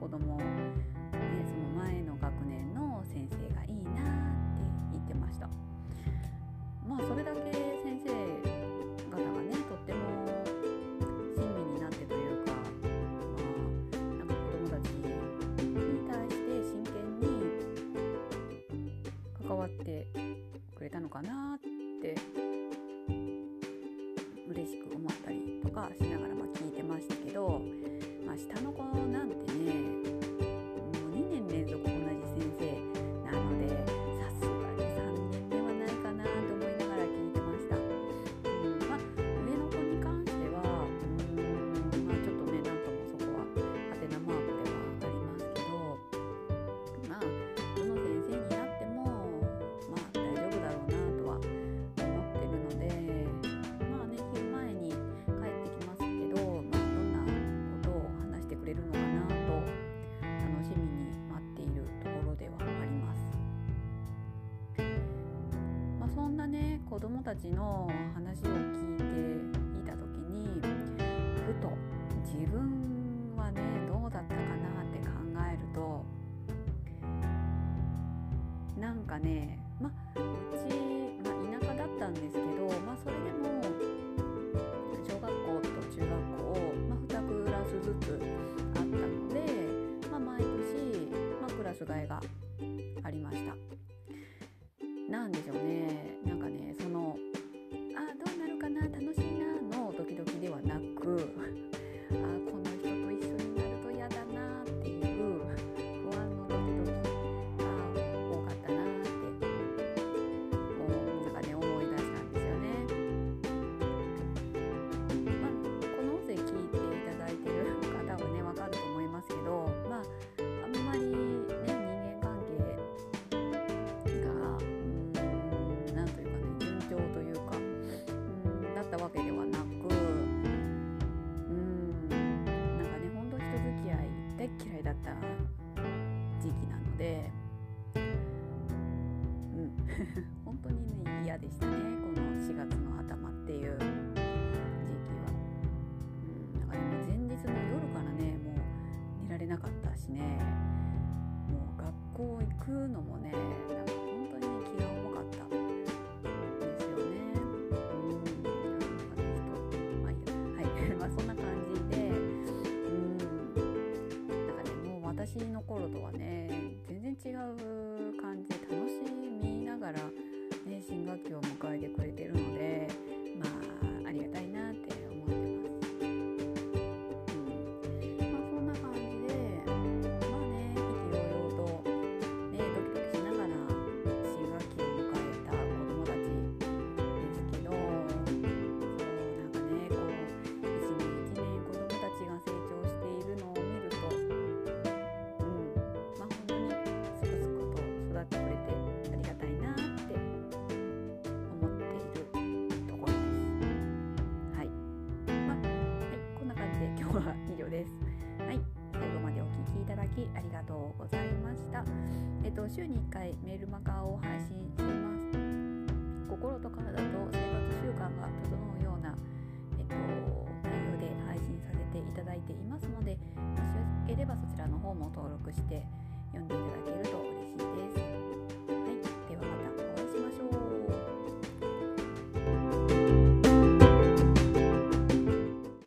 子供、その前の学年の先生がいいなって言ってました。それだけ先生方がねとっても親身になってというか、なんか子供たちに対して真剣に関わってくれたのかなって嬉しく思ったりとかしながら聞いてましたけど、下の子なんてねもう2年連続同じ先生なので、さすがに3年目はないかなと思いながら聞いてました。上の子に関してはちょっとねなんともそこはハテナマークではありますけど、どの先生になっても大丈夫だろうなとは思ってるので、昼前に帰ってきますけど、どんなことを話してくれるのかなと楽しみに待っているところではあります。そんなね子どもたちの話を聞いていた時に、ふと自分はねどうだったかなって考えると、なんかねうち、田舎だったんですけど、それでも小学校と中学校を、2クラスずつあったので、毎年、クラス替えがありました。なんでしょうね、なんかねそのどうなるかな楽しいなのドキドキではなくこの人と一緒になると嫌だなっていう不安のドキドキが多かったなってなんかね思い出したんですよね。この音声聞いていただいている方はねわかると思いますけど、あんまりね人間関係がなんというかね順調というかだったわけではなく、なんかね本当人付き合い大嫌いだった時期なので、本当にね嫌でしたね、この4月の頭っていう時期は。なんかねもう前日の夜からねもう寝られなかったしね、もう学校行くのもねなんか本当に気が重かったですよね。そんな感じで、なんかねもう私の頃とはね全然違う感じで楽しみながら、ね、新学期を迎えてくれてるので、ありがたいなって思ってます。そんな感じで意気揚々とねドキドキしながら新学期を迎えた子どもたちですけど、なんかねこう一年一年子どもたちが成長しているのを見ると、本当にすくすくと育ってくれてありがたいなって思っているところです。こんな感じで今日は以上です。最後までお聞きいただきありがとうございました。週に1回メールマガを配信しています。心と体と生活習慣が整うような内容で配信させていただいていますので、もしよければそちらの方も登録して読んでいただけると嬉しいです。